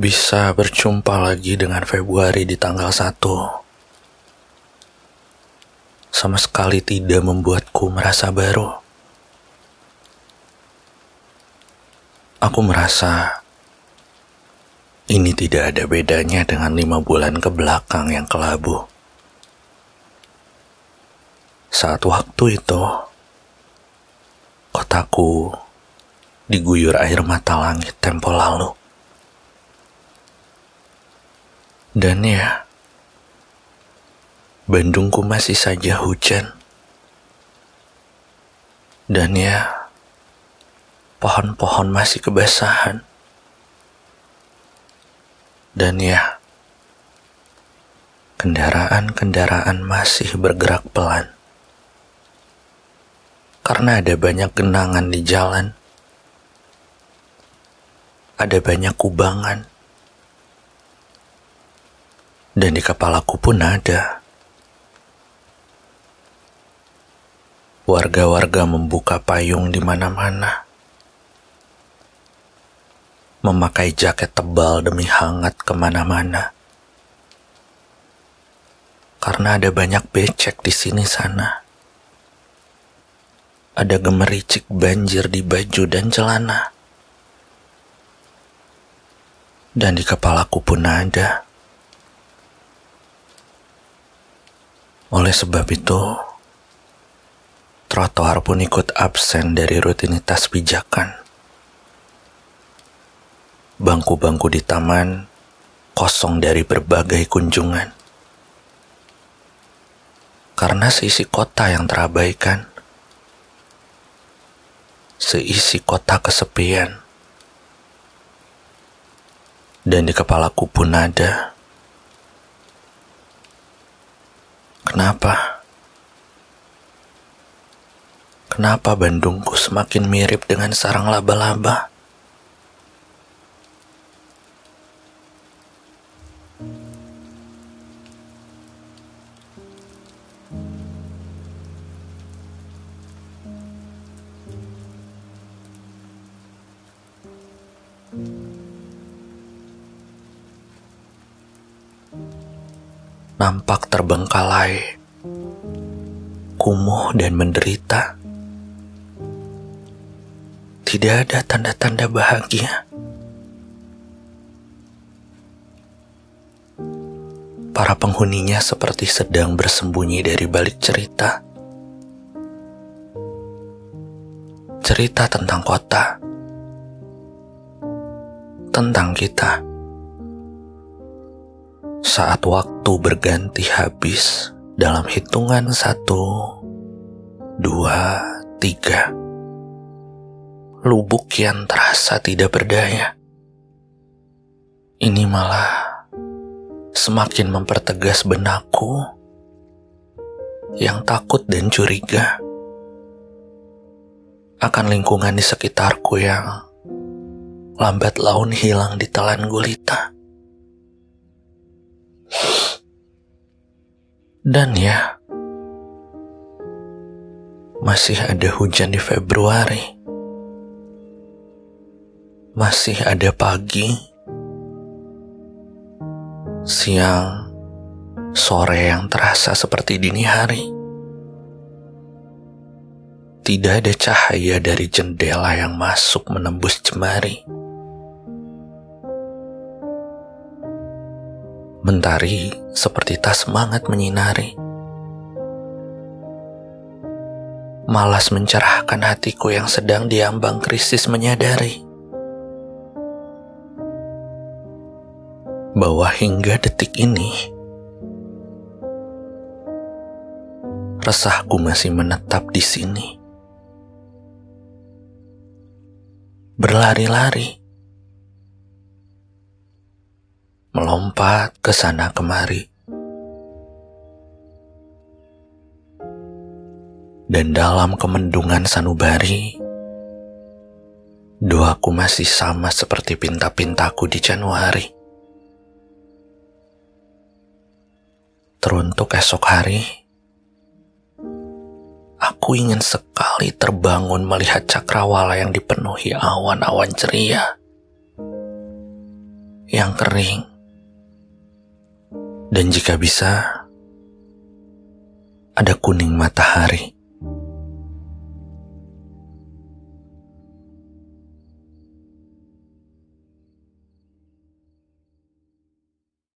Bisa berjumpa lagi dengan Februari di tanggal 1 sama sekali tidak membuatku merasa baru. Aku merasa ini tidak ada bedanya dengan 5 bulan ke belakang yang kelabu. Saat waktu itu, kotaku diguyur air mata langit tempo lalu. Dan ya, Bandungku masih saja hujan. Dan ya, pohon-pohon masih kebasahan. Dan ya, kendaraan-kendaraan masih bergerak pelan. Karena ada banyak genangan di jalan. Ada banyak kubangan. Dan di kepalaku pun ada. Warga-warga membuka payung di mana-mana. Memakai jaket tebal demi hangat kemana-mana. Karena ada banyak becek di sini sana. Ada gemericik banjir di baju dan celana. Dan di kepalaku pun ada. Oleh sebab itu, trotoar pun ikut absen dari rutinitas pijakan. Bangku-bangku di taman kosong dari berbagai kunjungan. Karena seisi kota yang terabaikan. Seisi kota kesepian. Dan di kepalaku pun ada. Kenapa? Kenapa Bandungku semakin mirip dengan sarang laba-laba? Nampak terbengkalai, kumuh dan menderita. Tidak ada tanda-tanda bahagia. Para penghuninya seperti sedang bersembunyi dari balik cerita. Cerita tentang kota. Tentang kita. Saat waktu berganti habis dalam hitungan 1, 2, 3. Lubuk kian terasa tidak berdaya. Ini malah semakin mempertegas benakku yang takut dan curiga akan lingkungan di sekitarku yang lambat laun hilang ditelan gulita. Dan ya, masih ada hujan di Februari. Masih ada pagi, siang, sore yang terasa seperti dini hari. Tidak ada cahaya dari jendela yang masuk menembus jemari. Mentari seperti tak semangat menyinari. Malas mencerahkan hatiku yang sedang diambang krisis menyadari bahwa hingga detik ini resahku masih menetap di sini. Berlari-lari. Melompat ke sana kemari. Dan dalam kemendungan sanubari, doaku masih sama seperti pinta-pintaku di Januari. Teruntuk esok hari, aku ingin sekali terbangun melihat cakrawala yang dipenuhi awan-awan ceria. yang kering. Dan jika bisa, ada kuning matahari.